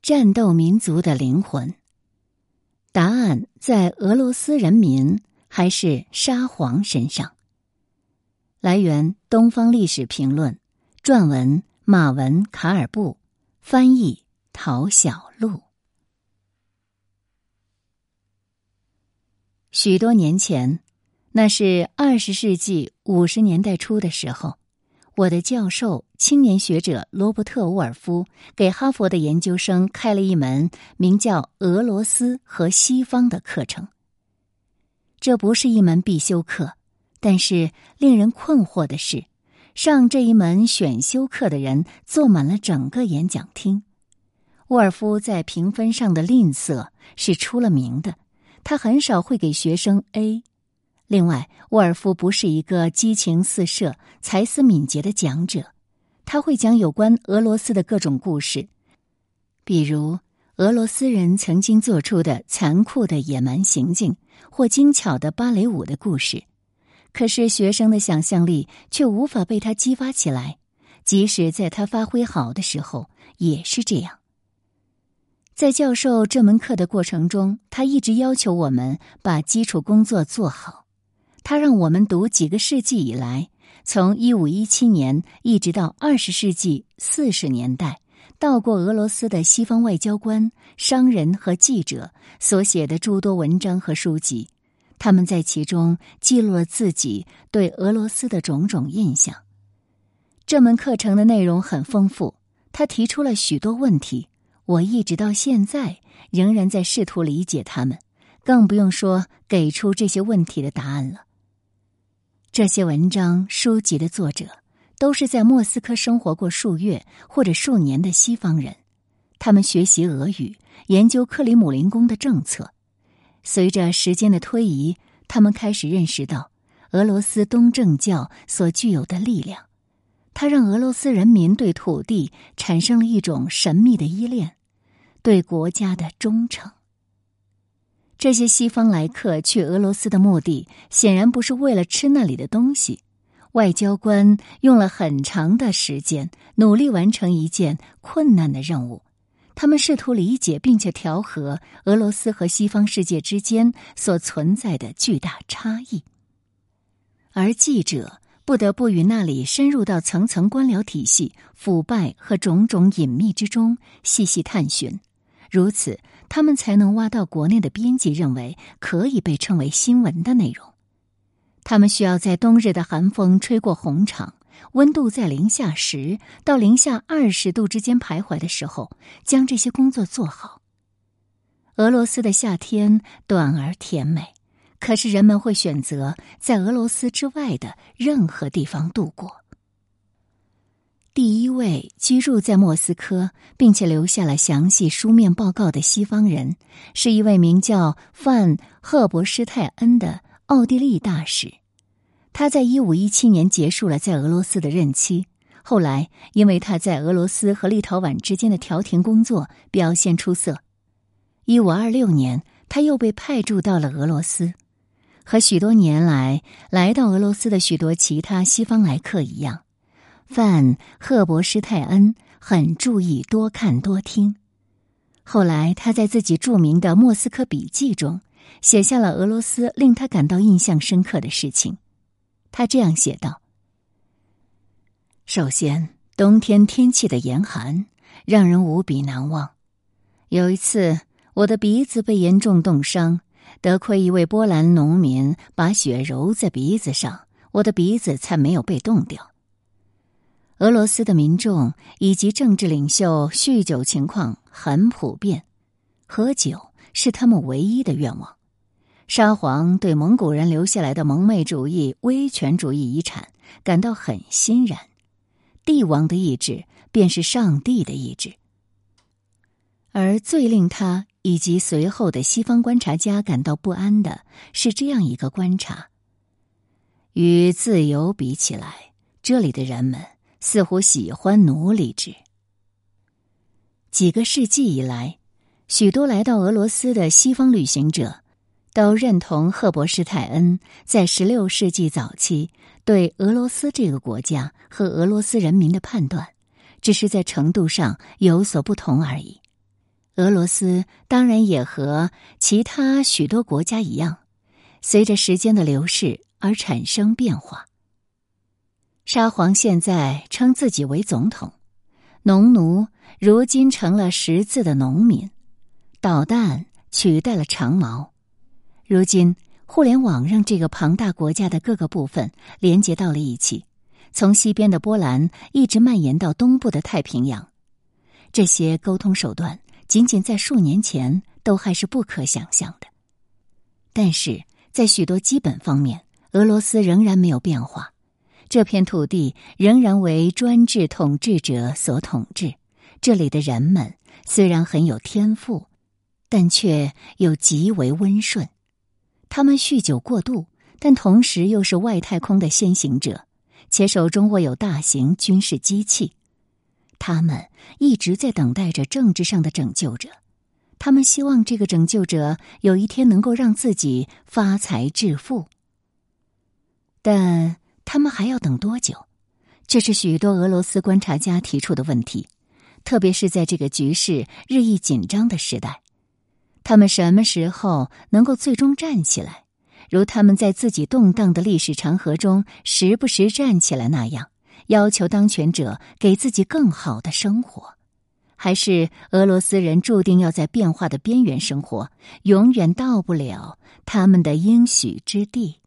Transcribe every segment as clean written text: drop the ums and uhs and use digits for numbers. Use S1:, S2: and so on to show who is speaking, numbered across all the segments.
S1: 战斗民族的灵魂？答案在俄罗斯人民还是沙皇身上。来源：东方历史评论，撰文马文卡尔布，翻译陶小璐。许多年前，那是20世纪50年代初的时候，我的教授、青年学者罗伯特·沃尔夫给哈佛的研究生开了一门名叫“俄罗斯和西方”的课程。这不是一门必修课，但是令人困惑的是，上这一门选修课的人坐满了整个演讲厅。沃尔夫在评分上的吝啬是出了名的，他很少会给学生 A。另外，沃尔夫不是一个激情四射、才思敏捷的讲者，他会讲有关俄罗斯的各种故事，比如俄罗斯人曾经做出的残酷的野蛮行径，或精巧的芭蕾舞的故事。可是学生的想象力却无法被他激发起来，即使在他发挥好的时候也是这样。在教授这门课的过程中，他一直要求我们把基础工作做好。他让我们读几个世纪以来，从1517年一直到20世纪40年代，到过俄罗斯的西方外交官、商人和记者所写的诸多文章和书籍，他们在其中记录了自己对俄罗斯的种种印象。这门课程的内容很丰富，他提出了许多问题，我一直到现在仍然在试图理解他们，更不用说给出这些问题的答案了。这些文章、书籍的作者都是在莫斯科生活过数月或者数年的西方人，他们学习俄语，研究克里姆林宫的政策。随着时间的推移，他们开始认识到俄罗斯东正教所具有的力量，它让俄罗斯人民对土地产生了一种神秘的依恋，对国家的忠诚。这些西方来客去俄罗斯的目的显然不是为了吃那里的东西。外交官用了很长的时间努力完成一件困难的任务，他们试图理解并且调和俄罗斯和西方世界之间所存在的巨大差异。而记者不得不与那里深入到层层官僚体系、腐败和种种隐秘之中细细探寻，如此他们才能挖到国内的编辑认为可以被称为新闻的内容。他们需要在冬日的寒风吹过红场，温度在-10到-20度之间徘徊的时候，将这些工作做好。俄罗斯的夏天短而甜美，可是人们会选择在俄罗斯之外的任何地方度过。第一位居住在莫斯科并且留下了详细书面报告的西方人，是一位名叫范·赫伯施泰恩的奥地利大使。他在1517年结束了在俄罗斯的任期，后来因为他在俄罗斯和立陶宛之间的调停工作表现出色，1526年他又被派驻到了俄罗斯。和许多年来到俄罗斯的许多其他西方来客一样，范·赫伯施泰恩很注意多看多听。后来他在自己著名的《莫斯科笔记》中写下了俄罗斯令他感到印象深刻的事情。他这样写道：首先，冬天天气的严寒让人无比难忘。有一次，我的鼻子被严重冻伤，得亏一位波兰农民把血揉在鼻子上，我的鼻子才没有被冻掉。俄罗斯的民众以及政治领袖酗酒情况很普遍，喝酒是他们唯一的愿望。沙皇对蒙古人留下来的蒙昧主义、威权主义遗产感到很欣然，帝王的意志便是上帝的意志。而最令他以及随后的西方观察家感到不安的是这样一个观察：与自由比起来，这里的人们似乎喜欢奴隶制。几个世纪以来，许多来到俄罗斯的西方旅行者都认同赫伯施泰恩在16世纪早期对俄罗斯这个国家和俄罗斯人民的判断，只是在程度上有所不同而已。 俄罗斯当然也和其他许多国家一样，随着时间的流逝而产生变化。沙皇现在称自己为总统，农奴如今成了识字的农民，导弹取代了长矛。如今互联网让这个庞大国家的各个部分连接到了一起，从西边的波兰一直蔓延到东部的太平洋。这些沟通手段仅仅在数年前都还是不可想象的。但是在许多基本方面，俄罗斯仍然没有变化。这片土地仍然为专制统治者所统治，这里的人们虽然很有天赋，但却又极为温顺。他们酗酒过度，但同时又是外太空的先行者，且手中握有大型军事机器。他们一直在等待着政治上的拯救者，他们希望这个拯救者有一天能够让自己发财致富。但他们还要等多久？这是许多俄罗斯观察家提出的问题，特别是在这个局势日益紧张的时代。他们什么时候能够最终站起来，如他们在自己动荡的历史长河中时不时站起来那样，要求当权者给自己更好的生活？还是俄罗斯人注定要在变化的边缘生活，永远到不了他们的应许之地？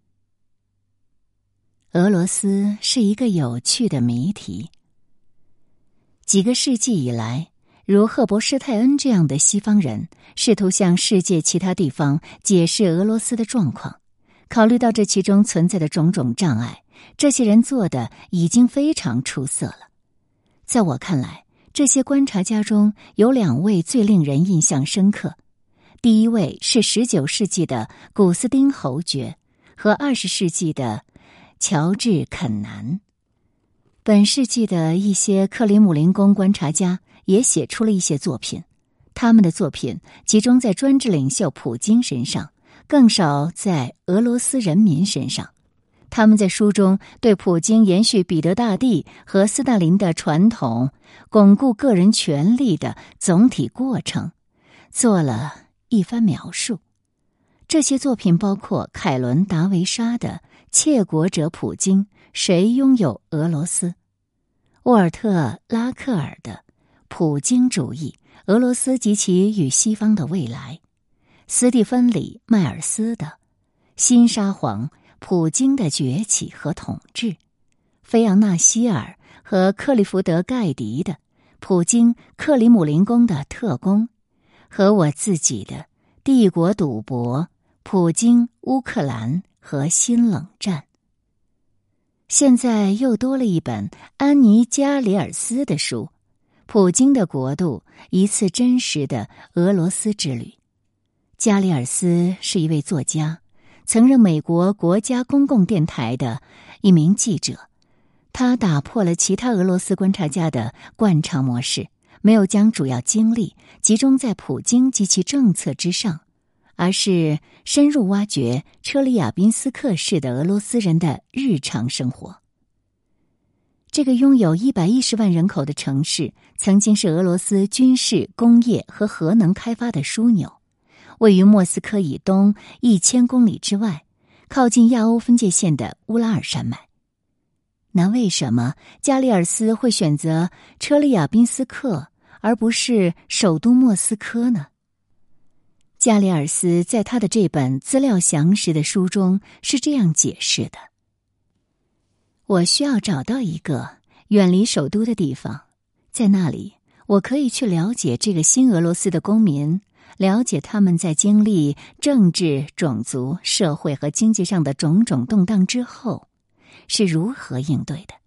S1: 俄罗斯是一个有趣的谜题。几个世纪以来，如赫伯施泰恩这样的西方人试图向世界其他地方解释俄罗斯的状况。考虑到这其中存在的种种障碍，这些人做的已经非常出色了。在我看来，这些观察家中有2位最令人印象深刻。第一位是19世纪的古斯丁侯爵和20世纪的乔治·肯南。本世纪的一些克里姆林宫观察家也写出了一些作品，他们的作品集中在专制领袖普京身上，更少在俄罗斯人民身上。他们在书中对普京延续彼得大帝和斯大林的传统，巩固个人权利的总体过程做了一番描述。这些作品包括凯伦·达维沙的《窃国者普京：谁拥有俄罗斯》，沃尔特·拉克尔的《普京主义：俄罗斯及其与西方的未来》，斯蒂芬·里迈尔斯的《新沙皇：普京的崛起和统治》，菲昂纳希尔和克利福德·盖迪的《普京克里姆林宫的特工》，和我自己的《帝国赌博：普京、乌克兰和新冷战》。现在又多了一本安妮·加里尔斯的书《普京的国度：一次真实的俄罗斯之旅》。加里尔斯是一位作家，曾任美国国家公共电台的一名记者。他打破了其他俄罗斯观察家的惯常模式，没有将主要精力集中在普京及其政策之上，而是深入挖掘车里亚宾斯克市的俄罗斯人的日常生活。这个拥有110万人口的城市，曾经是俄罗斯军事、工业和核能开发的枢纽，位于莫斯科以东1000公里之外，靠近亚欧分界线的乌拉尔山脉。那为什么加里尔斯会选择车里亚宾斯克而不是首都莫斯科呢？加里尔斯在他的这本资料详实的书中是这样解释的：我需要找到一个远离首都的地方，在那里我可以去了解这个新俄罗斯的公民，了解他们在经历政治、种族、社会和经济上的种种动荡之后是如何应对的。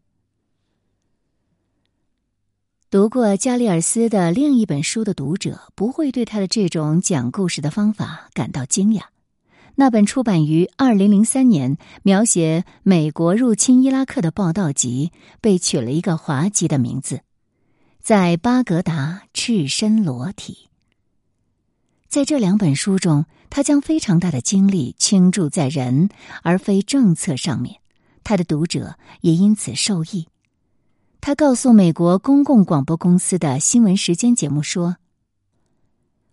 S1: 读过加里尔斯的另一本书的读者不会对他的这种讲故事的方法感到惊讶。那本出版于2003年描写美国入侵伊拉克的报道集被取了一个滑稽的名字，在巴格达赤身裸体。在这2本书中，他将非常大的精力倾注在人而非政策上面，他的读者也因此受益。他告诉美国公共广播公司的新闻时间节目说，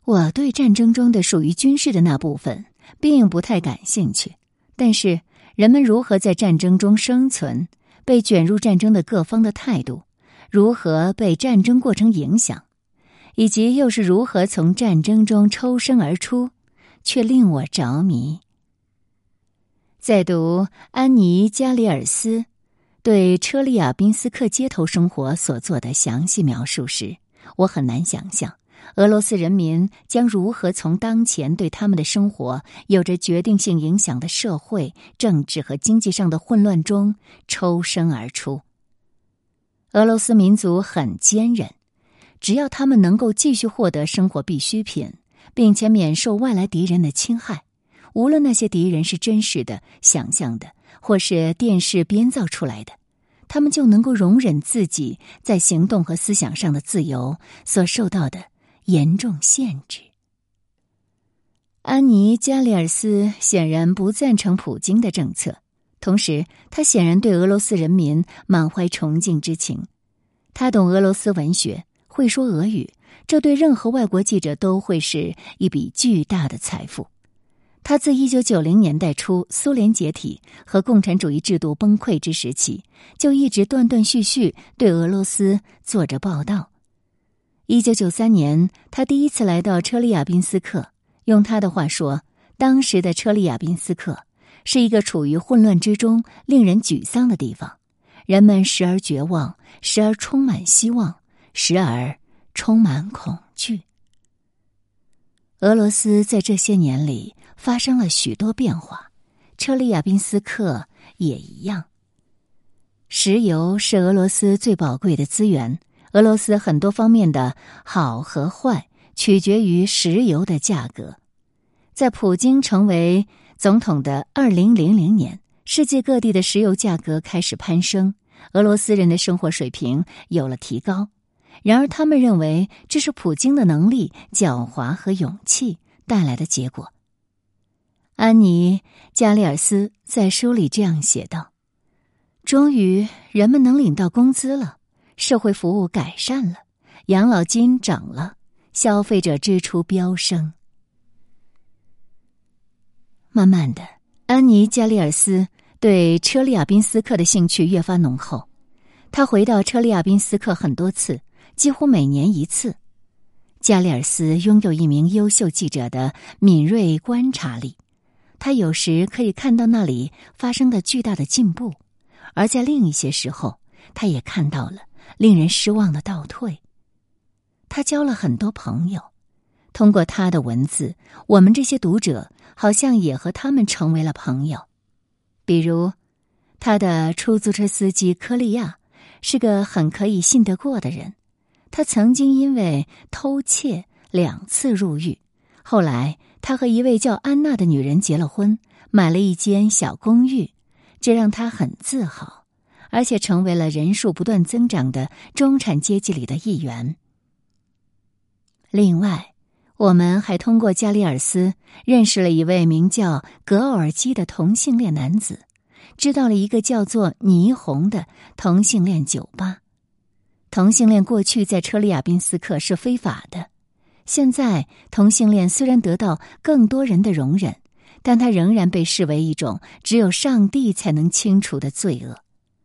S1: 我对战争中的属于军事的那部分并不太感兴趣，但是人们如何在战争中生存，被卷入战争的各方的态度，如何被战争过程影响，以及又是如何从战争中抽身而出，却令我着迷。在读安妮·加里尔斯对车里亚宾斯克街头生活所做的详细描述时，我很难想象俄罗斯人民将如何从当前对他们的生活有着决定性影响的社会、政治和经济上的混乱中抽身而出。俄罗斯民族很坚韧，只要他们能够继续获得生活必需品，并且免受外来敌人的侵害，无论那些敌人是真实的、想象的，或是电视编造出来的，他们就能够容忍自己在行动和思想上的自由所受到的严重限制。安妮·加里尔斯显然不赞成普京的政策，同时他显然对俄罗斯人民满怀崇敬之情。他懂俄罗斯文学，会说俄语，这对任何外国记者都会是一笔巨大的财富。他自1990年代初苏联解体和共产主义制度崩溃之时起，就一直断断续续对俄罗斯做着报道。1993年，他第一次来到车里亚宾斯克，用他的话说，当时的车里亚宾斯克是一个处于混乱之中、令人沮丧的地方，人们时而绝望，时而充满希望，时而充满恐惧。俄罗斯在这些年里发生了许多变化，车里亚宾斯克也一样。石油是俄罗斯最宝贵的资源，俄罗斯很多方面的好和坏取决于石油的价格。在普京成为总统的2000年，世界各地的石油价格开始攀升，俄罗斯人的生活水平有了提高。然而他们认为这是普京的能力、狡猾和勇气带来的结果。安妮·加里尔斯在书里这样写道：终于人们能领到工资了，社会服务改善了，养老金涨了，消费者支出飙升。慢慢的，安妮·加里尔斯对车里亚宾斯克的兴趣越发浓厚。他回到车里亚宾斯克很多次，几乎每年一次。加里尔斯拥有一名优秀记者的敏锐观察力，他有时可以看到那里发生的巨大的进步，而在另一些时候，他也看到了令人失望的倒退。他交了很多朋友，通过他的文字，我们这些读者好像也和他们成为了朋友。比如，他的出租车司机科利亚是个很可以信得过的人，他曾经因为偷窃2次入狱，后来他和一位叫安娜的女人结了婚，买了一间小公寓，这让他很自豪，而且成为了人数不断增长的中产阶级里的一员。另外，我们还通过加里尔斯认识了一位名叫格奥尔基的同性恋男子，知道了一个叫做霓虹的同性恋酒吧。同性恋过去在车里亚宾斯克是非法的，现在同性恋虽然得到更多人的容忍，但它仍然被视为一种只有上帝才能清除的罪恶。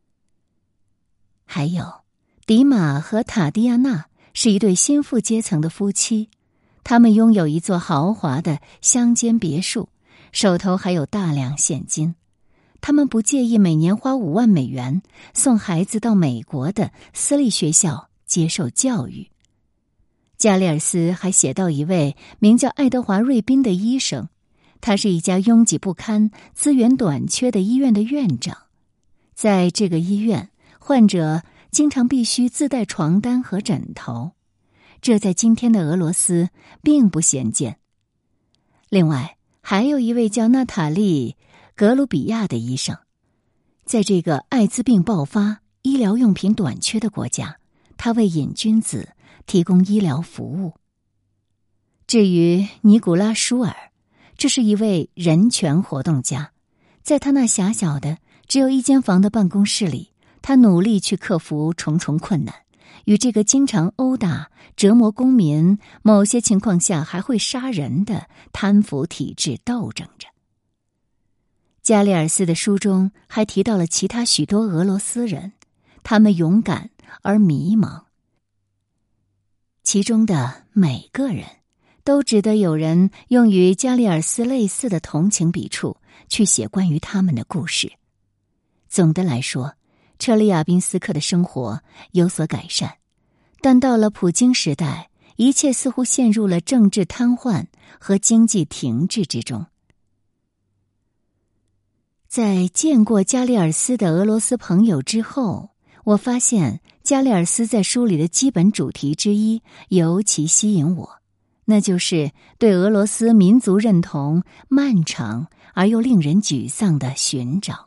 S1: 还有，迪玛和塔蒂亚娜是一对新富阶层的夫妻，他们拥有一座豪华的乡间别墅，手头还有大量现金。他们不介意每年花5万美元送孩子到美国的私立学校接受教育。加里尔斯还写到一位名叫爱德华·瑞宾的医生，他是一家拥挤不堪、资源短缺的医院的院长。在这个医院，患者经常必须自带床单和枕头，这在今天的俄罗斯并不鲜见。另外，还有一位叫娜塔莉·格鲁比亚的医生，在这个艾滋病爆发、医疗用品短缺的国家，他为瘾君子提供医疗服务。至于尼古拉·舒尔，这是一位人权活动家，在他那狭小的只有1间房的办公室里，他努力去克服重重困难， 与这个经常殴打、折磨公民，某些情况下还会杀人的贪腐体制斗争着。加里尔斯的书中还提到了其他许多俄罗斯人，他们勇敢而迷茫，其中的每个人都值得有人用与加里尔斯类似的同情笔触去写关于他们的故事。总的来说，车里亚宾斯克的生活有所改善，但到了普京时代，一切似乎陷入了政治瘫痪和经济停滞之中。在见过加里尔斯的俄罗斯朋友之后，我发现加里尔斯在书里的基本主题之一尤其吸引我，那就是对俄罗斯民族认同漫长而又令人沮丧的寻找。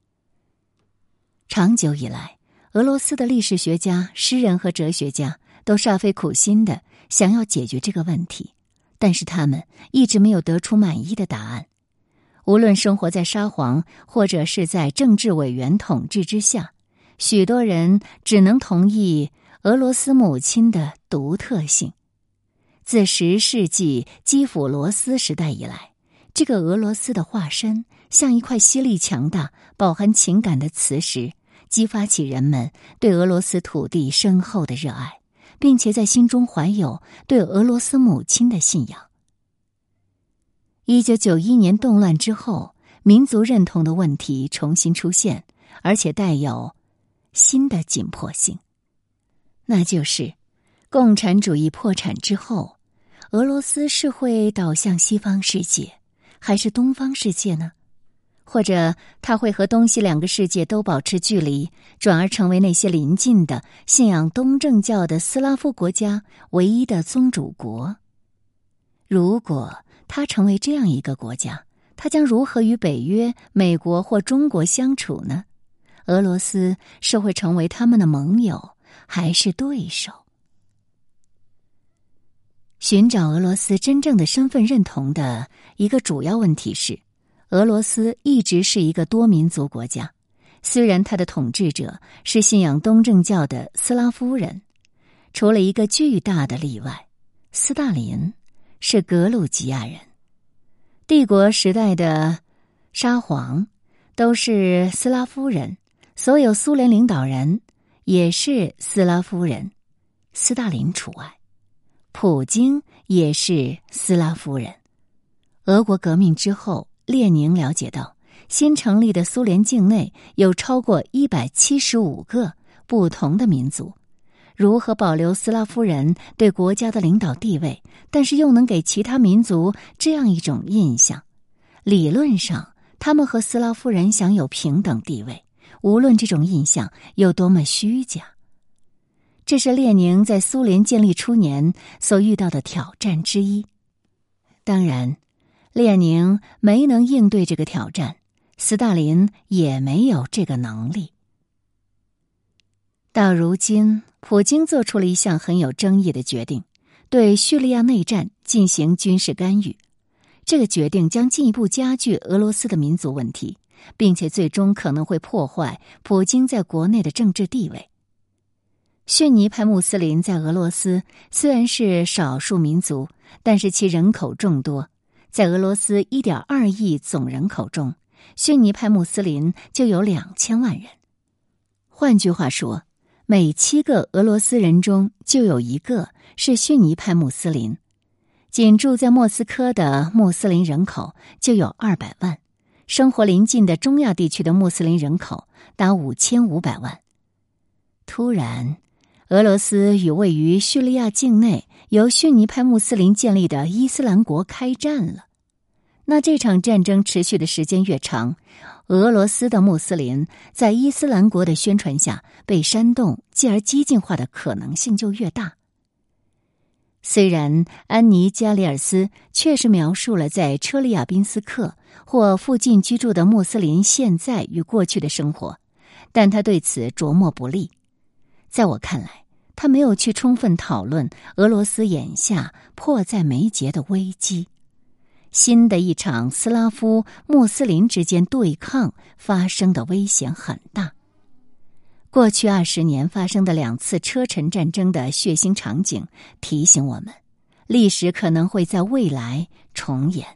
S1: 长久以来，俄罗斯的历史学家、诗人和哲学家都煞费苦心地想要解决这个问题，但是他们一直没有得出满意的答案。无论生活在沙皇或者是在政治委员统治之下，许多人只能同意俄罗斯母亲的独特性。自10世纪基辅罗斯时代以来，这个俄罗斯的化身像一块犀利强大、饱含情感的磁石，激发起人们对俄罗斯土地深厚的热爱，并且在心中怀有对俄罗斯母亲的信仰。1991年动乱之后，民族认同的问题重新出现，而且带有新的紧迫性，那就是共产主义破产之后，俄罗斯是会倒向西方世界，还是东方世界呢？或者它会和东西两个世界都保持距离，转而成为那些邻近的信仰东正教的斯拉夫国家唯一的宗主国？如果它成为这样一个国家，它将如何与北约、美国或中国相处呢？俄罗斯是会成为他们的盟友，还是对手？寻找俄罗斯真正的身份认同的一个主要问题是，俄罗斯一直是一个多民族国家，虽然它的统治者是信仰东正教的斯拉夫人，除了一个巨大的例外，斯大林是格鲁吉亚人。帝国时代的沙皇都是斯拉夫人，所有苏联领导人也是斯拉夫人，斯大林除外。普京也是斯拉夫人。俄国革命之后，列宁了解到新成立的苏联境内有超过175个不同的民族，如何保留斯拉夫人对国家的领导地位，但是又能给其他民族这样一种印象，理论上他们和斯拉夫人享有平等地位，无论这种印象有多么虚假。这是列宁在苏联建立初年所遇到的挑战之一。当然，列宁没能应对这个挑战，斯大林也没有这个能力。到如今，普京做出了一项很有争议的决定，对叙利亚内战进行军事干预。这个决定将进一步加剧俄罗斯的民族问题，并且最终可能会破坏普京在国内的政治地位。逊尼派穆斯林在俄罗斯虽然是少数民族，但是其人口众多。在俄罗斯 1.2 亿总人口中，逊尼派穆斯林就有2000万人。换句话说，每7个俄罗斯人中就有1个是逊尼派穆斯林。仅住在莫斯科的穆斯林人口就有200万，生活邻近的中亚地区的穆斯林人口达5500万。突然，俄罗斯与位于叙利亚境内由逊尼派穆斯林建立的伊斯兰国开战了。那这场战争持续的时间越长，俄罗斯的穆斯林在伊斯兰国的宣传下被煽动继而激进化的可能性就越大。虽然安妮·加里尔斯确实描述了在车里亚宾斯克或附近居住的穆斯林现在与过去的生活，但他对此琢磨不利。在我看来，他没有去充分讨论俄罗斯眼下迫在眉睫的危机。新的一场斯拉夫穆斯林之间对抗发生的危险很大。 过去20年发生的2次车臣战争的血腥场景提醒我们，历史可能会在未来重演。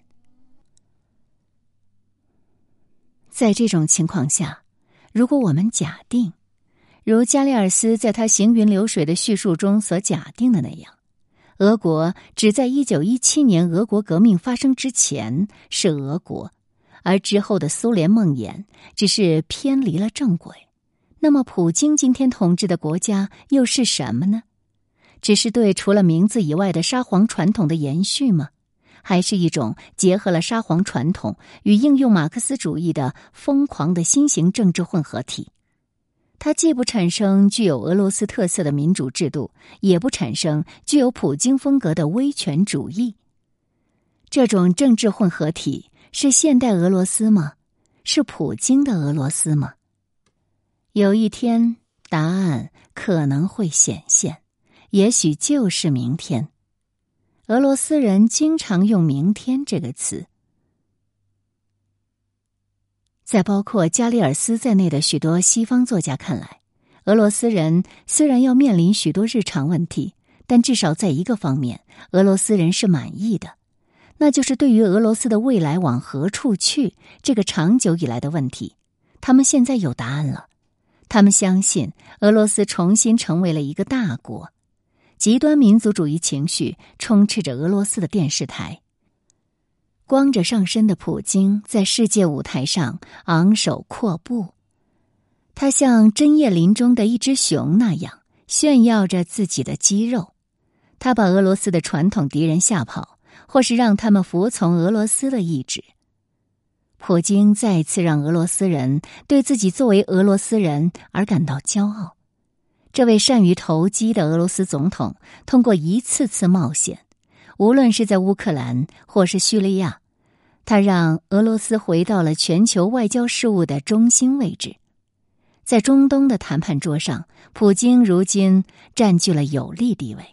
S1: 在这种情况下，如果我们假定，如加里尔斯在他行云流水的叙述中所假定的那样，俄国只在1917年俄国革命发生之前是俄国，而之后的苏联梦魇只是偏离了正轨，那么普京今天统治的国家又是什么呢？只是对除了名字以外的沙皇传统的延续吗？还是一种结合了沙皇传统与应用马克思主义的疯狂的新型政治混合体？它既不产生具有俄罗斯特色的民主制度，也不产生具有普京风格的威权主义。这种政治混合体是现代俄罗斯吗？是普京的俄罗斯吗？有一天，答案可能会显现，也许就是明天。俄罗斯人经常用明天这个词。在包括加里尔斯在内的许多西方作家看来，俄罗斯人虽然要面临许多日常问题，但至少在一个方面，俄罗斯人是满意的，那就是对于俄罗斯的未来往何处去这个长久以来的问题，他们现在有答案了。他们相信俄罗斯重新成为了一个大国。极端民族主义情绪充斥着俄罗斯的电视台。光着上身的普京在世界舞台上昂首阔步，他像针叶林中的一只熊那样炫耀着自己的肌肉。他把俄罗斯的传统敌人吓跑，或是让他们服从俄罗斯的意志。普京再次让俄罗斯人对自己作为俄罗斯人而感到骄傲。这位善于投机的俄罗斯总统通过一次次冒险，无论是在乌克兰或是叙利亚，他让俄罗斯回到了全球外交事务的中心位置。在中东的谈判桌上，普京如今占据了有利地位。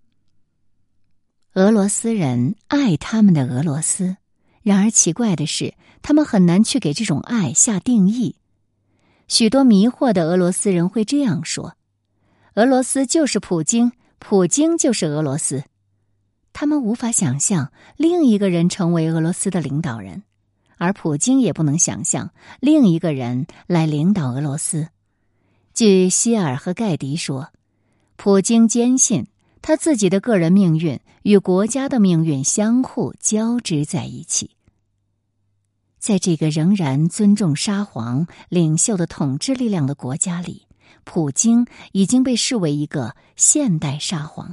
S1: 俄罗斯人爱他们的俄罗斯，然而奇怪的是，他们很难去给这种爱下定义。许多迷惑的俄罗斯人会这样说：俄罗斯就是普京，普京就是俄罗斯。他们无法想象另一个人成为俄罗斯的领导人，而普京也不能想象另一个人来领导俄罗斯。据希尔和盖迪说，普京坚信他自己的个人命运与国家的命运相互交织在一起。在这个仍然尊重沙皇领袖的统治力量的国家里，普京已经被视为一个现代沙皇了。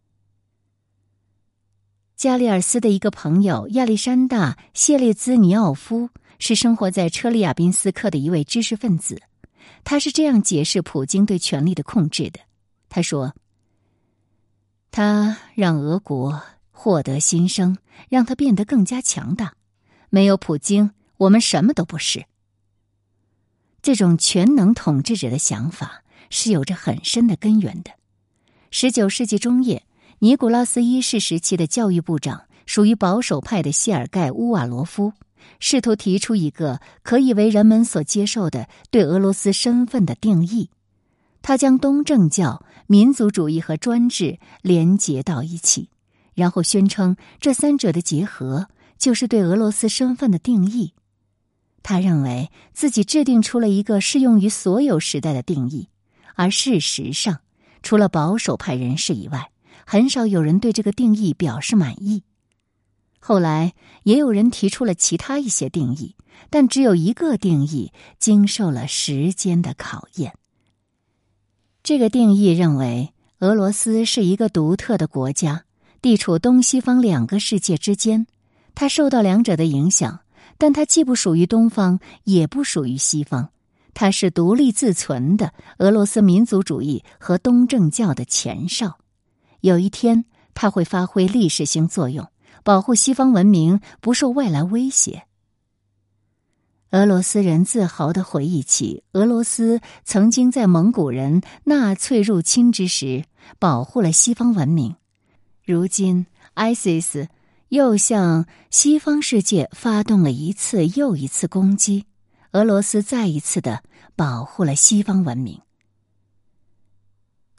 S1: 加里尔斯的一个朋友亚历山大·谢列兹尼奥夫是生活在车里亚宾斯克的一位知识分子，他是这样解释普京对权力的控制的。他说，他让俄国获得新生，让他变得更加强大。没有普京，我们什么都不是。这种全能统治者的想法是有着很深的根源的。19世纪中叶，尼古拉斯一世时期的教育部长属于保守派的谢尔盖·乌瓦罗夫，试图提出一个可以为人们所接受的对俄罗斯身份的定义。他将东正教、民族主义和专制连结到一起，然后宣称这三者的结合就是对俄罗斯身份的定义。他认为自己制定出了一个适用于所有时代的定义，而事实上，除了保守派人士以外，很少有人对这个定义表示满意。后来也有人提出了其他一些定义，但只有一个定义经受了时间的考验。这个定义认为，俄罗斯是一个独特的国家，地处东西方两个世界之间，它受到两者的影响，但它既不属于东方，也不属于西方。它是独立自存的俄罗斯民族主义和东正教的前哨。有一天，它会发挥历史性作用，保护西方文明不受外来威胁。俄罗斯人自豪地回忆起俄罗斯曾经在蒙古人纳粹入侵之时保护了西方文明。如今 ISIS 又向西方世界发动了一次又一次攻击，俄罗斯再一次地保护了西方文明。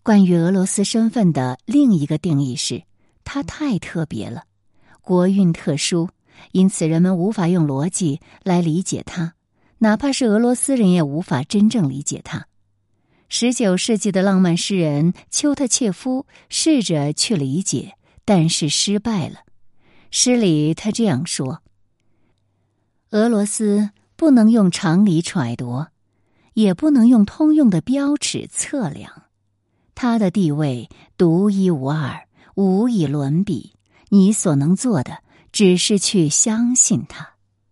S1: 关于俄罗斯身份的另一个定义是，它太特别了，国运特殊，因此人们无法用逻辑来理解它，哪怕是俄罗斯人也无法真正理解它。19世纪的浪漫诗人丘特切夫试着去理解，但是失败了。诗里他这样说：俄罗斯不能用常理揣度，也不能用通用的标尺测量，它的地位独一无二，无以伦比，你所能做的只是去相信它。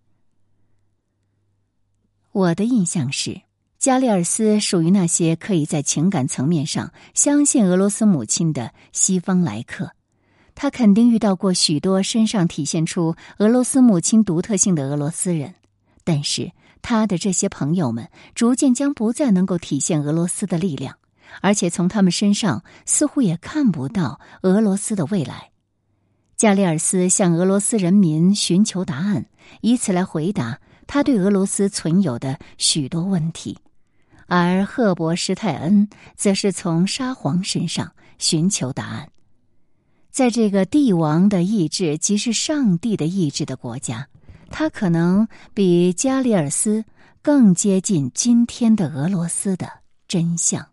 S1: 我的印象是，加里尔斯属于那些可以在情感层面上相信俄罗斯母亲的西方来客。他肯定遇到过许多身上体现出俄罗斯母亲独特性的俄罗斯人，但是他的这些朋友们逐渐将不再能够体现俄罗斯的力量，而且从他们身上似乎也看不到俄罗斯的未来。加里尔斯向俄罗斯人民寻求答案，以此来回答他对俄罗斯存有的许多问题，而赫伯施泰恩则是从沙皇身上寻求答案。在这个帝王的意志即是上帝的意志的国家，他可能比加里尔斯更接近今天的俄罗斯的真相。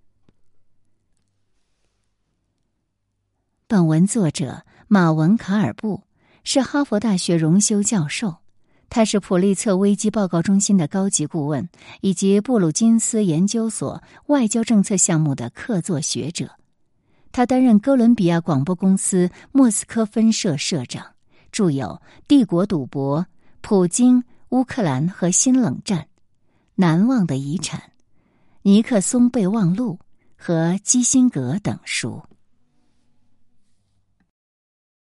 S1: 本文作者马文卡尔布是哈佛大学荣休教授，他是普利策危机报告中心的高级顾问，以及布鲁金斯研究所外交政策项目的客座学者。他担任哥伦比亚广播公司莫斯科分社社长，著有《帝国赌博》、普京、乌克兰和新冷战、难忘的遗产、尼克松备忘录和基辛格等书。